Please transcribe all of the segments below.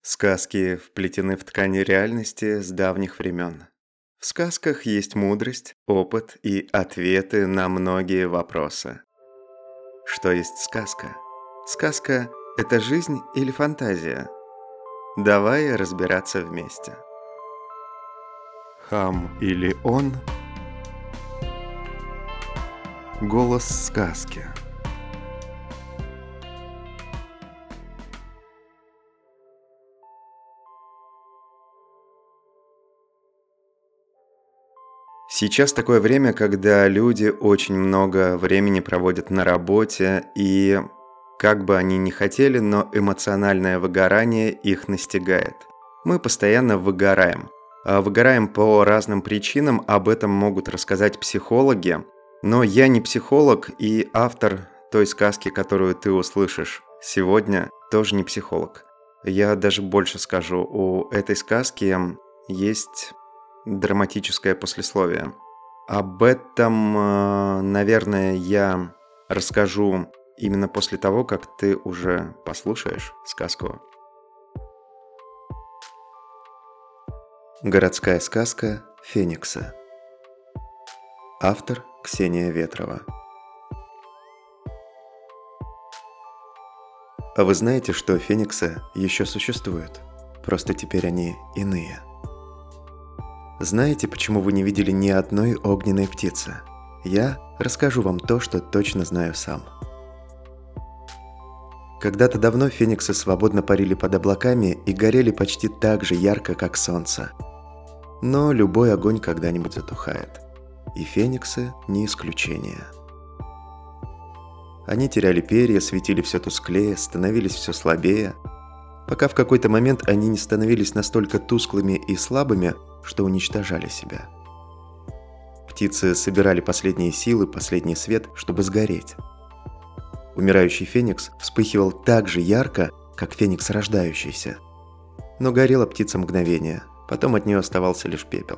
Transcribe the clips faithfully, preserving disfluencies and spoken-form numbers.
Сказки вплетены в ткани реальности с давних времен. В сказках есть мудрость, опыт и ответы на многие вопросы. Что есть сказка? Сказка – это жизнь или фантазия? Давай разбираться вместе. Хам или он? Голос сказки. Сейчас такое время, когда люди очень много времени проводят на работе, и как бы они ни хотели, но эмоциональное выгорание их настигает. Мы постоянно выгораем. А выгораем по разным причинам, об этом могут рассказать психологи. Но я не психолог, и автор той сказки, которую ты услышишь сегодня, тоже не психолог. Я даже больше скажу, у этой сказки есть драматическое послесловие. Об этом, наверное, я расскажу именно после того, как ты уже послушаешь сказку. Городская сказка Фениксы. Автор Ксения Ветрова. А вы знаете, что фениксы еще существуют? Просто теперь они иные. Знаете, почему вы не видели ни одной огненной птицы? Я расскажу вам то, что точно знаю сам. Когда-то давно фениксы свободно парили под облаками и горели почти так же ярко, как солнце. Но любой огонь когда-нибудь затухает. И фениксы не исключение. Они теряли перья, светили все тусклее, становились все слабее, пока в какой-то момент они не становились настолько тусклыми и слабыми, что уничтожали себя. Птицы собирали последние силы, последний свет, чтобы сгореть. Умирающий феникс вспыхивал так же ярко, как феникс рождающийся. Но горела птица мгновение, потом от нее оставался лишь пепел.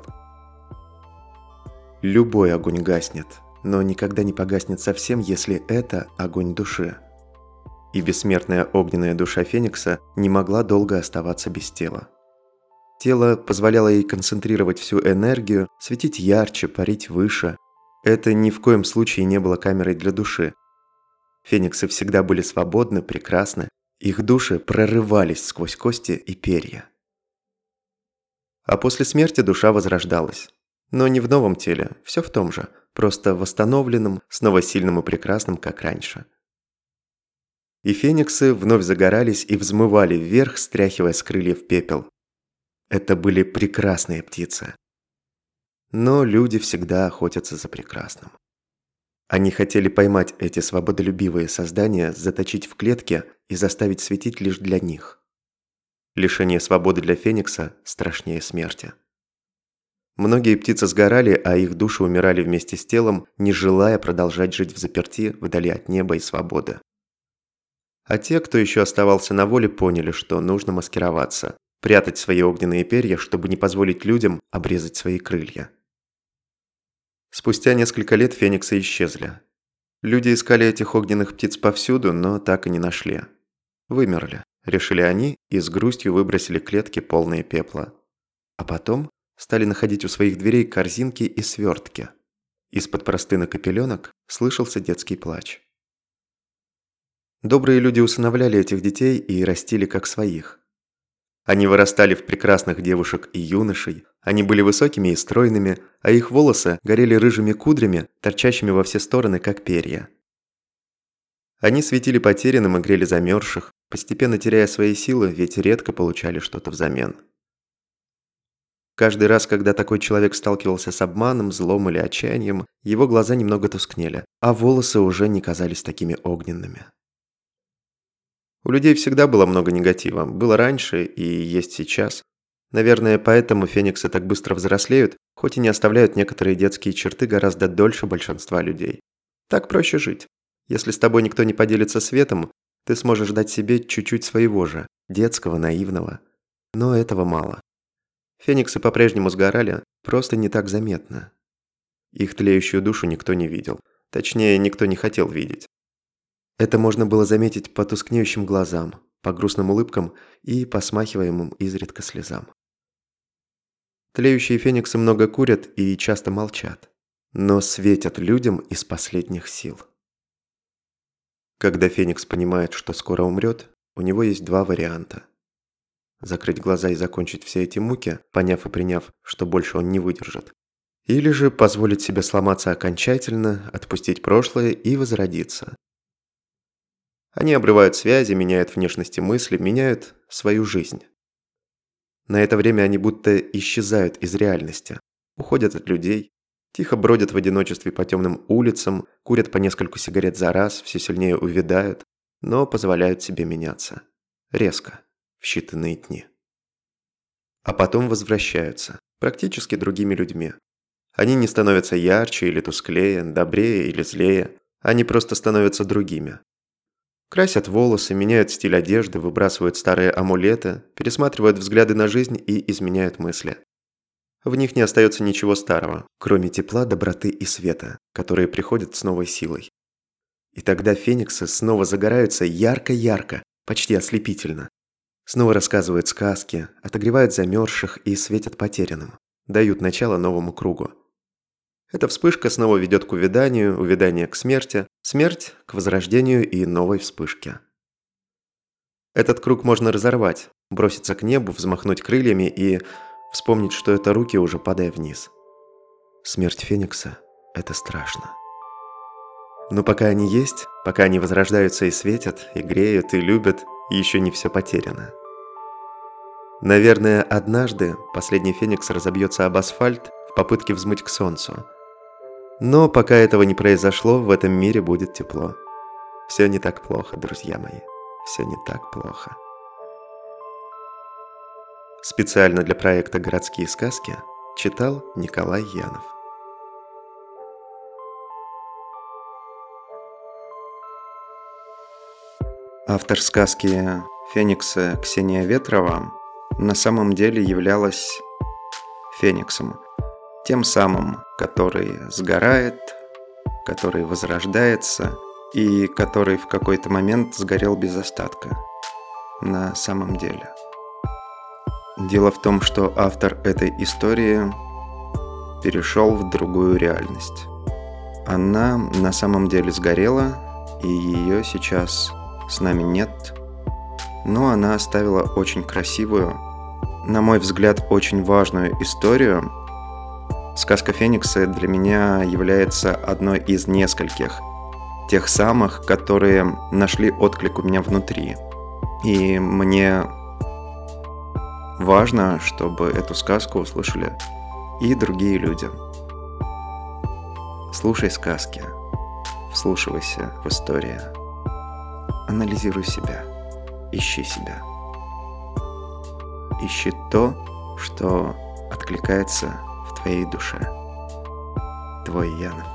Любой огонь гаснет, но никогда не погаснет совсем, если это огонь души. И бессмертная огненная душа феникса не могла долго оставаться без тела. Тело позволяло ей концентрировать всю энергию, светить ярче, парить выше. Это ни в коем случае не было камерой для души. Фениксы всегда были свободны, прекрасны. Их души прорывались сквозь кости и перья. А после смерти душа возрождалась. Но не в новом теле, все в том же, просто восстановленном, снова сильным и прекрасным, как раньше. И фениксы вновь загорались и взмывали вверх, стряхивая с крыльев пепел. Это были прекрасные птицы. Но люди всегда охотятся за прекрасным. Они хотели поймать эти свободолюбивые создания, заточить в клетке и заставить светить лишь для них. Лишение свободы для феникса страшнее смерти. Многие птицы сгорали, а их души умирали вместе с телом, не желая продолжать жить взаперти, вдали от неба и свободы. А те, кто еще оставался на воле, поняли, что нужно маскироваться. Прятать свои огненные перья, чтобы не позволить людям обрезать свои крылья. Спустя несколько лет фениксы исчезли. Люди искали этих огненных птиц повсюду, но так и не нашли. Вымерли, решили они, и с грустью выбросили клетки, полные пепла. А потом стали находить у своих дверей корзинки и свертки. Из-под простынок и пеленок слышался детский плач. Добрые люди усыновляли этих детей и растили как своих. Они вырастали в прекрасных девушек и юношей, они были высокими и стройными, а их волосы горели рыжими кудрями, торчащими во все стороны, как перья. Они светили потерянным и грели замерзших, постепенно теряя свои силы, ведь редко получали что-то взамен. Каждый раз, когда такой человек сталкивался с обманом, злом или отчаянием, его глаза немного тускнели, а волосы уже не казались такими огненными. У людей всегда было много негатива. Было раньше и есть сейчас. Наверное, поэтому фениксы так быстро взрослеют, хоть и не оставляют некоторые детские черты гораздо дольше большинства людей. Так проще жить. Если с тобой никто не поделится светом, ты сможешь дать себе чуть-чуть своего же, детского, наивного. Но этого мало. Фениксы по-прежнему сгорали, просто не так заметно. Их тлеющую душу никто не видел. Точнее, никто не хотел видеть. Это можно было заметить по тускнеющим глазам, по грустным улыбкам и по смахиваемым изредка слезам. Тлеющие фениксы много курят и часто молчат, но светят людям из последних сил. Когда феникс понимает, что скоро умрет, у него есть два варианта. Закрыть глаза и закончить все эти муки, поняв и приняв, что больше он не выдержит. Или же позволить себе сломаться окончательно, отпустить прошлое и возродиться. Они обрывают связи, меняют внешности мысли, меняют свою жизнь. На это время они будто исчезают из реальности, уходят от людей, тихо бродят в одиночестве по темным улицам, курят по нескольку сигарет за раз, все сильнее увядают, но позволяют себе меняться. Резко, в считанные дни. А потом возвращаются, практически другими людьми. Они не становятся ярче или тусклее, добрее или злее, они просто становятся другими. Красят волосы, меняют стиль одежды, выбрасывают старые амулеты, пересматривают взгляды на жизнь и изменяют мысли. В них не остается ничего старого, кроме тепла, доброты и света, которые приходят с новой силой. И тогда фениксы снова загораются ярко-ярко, почти ослепительно. Снова рассказывают сказки, отогревают замерзших и светят потерянным, дают начало новому кругу. Эта вспышка снова ведет к увяданию, увядание к смерти, смерть к возрождению и новой вспышке. Этот круг можно разорвать, броситься к небу, взмахнуть крыльями и вспомнить, что это руки, уже падая вниз. Смерть феникса – это страшно. Но пока они есть, пока они возрождаются и светят, и греют, и любят, еще не все потеряно. Наверное, однажды последний феникс разобьется об асфальт в попытке взмыть к солнцу. Но пока этого не произошло, в этом мире будет тепло. Все не так плохо, друзья мои. Все не так плохо. Специально для проекта «Городские сказки» читал Николай Янов. Автор сказки «Фениксы» Ксения Ветрова на самом деле являлась фениксом. Тем самым, который сгорает, который возрождается и который в какой-то момент сгорел без остатка. На самом деле. Дело в том, что автор этой истории перешел в другую реальность. Она на самом деле сгорела, и ее сейчас с нами нет, но она оставила очень красивую, на мой взгляд, очень важную историю. Сказка «Фениксы» для меня является одной из нескольких, тех самых, которые нашли отклик у меня внутри. И мне важно, чтобы эту сказку услышали и другие люди. Слушай сказки, вслушивайся в истории, анализируй себя, ищи себя. Ищи то, что откликается в твоей душе. Твой Янов.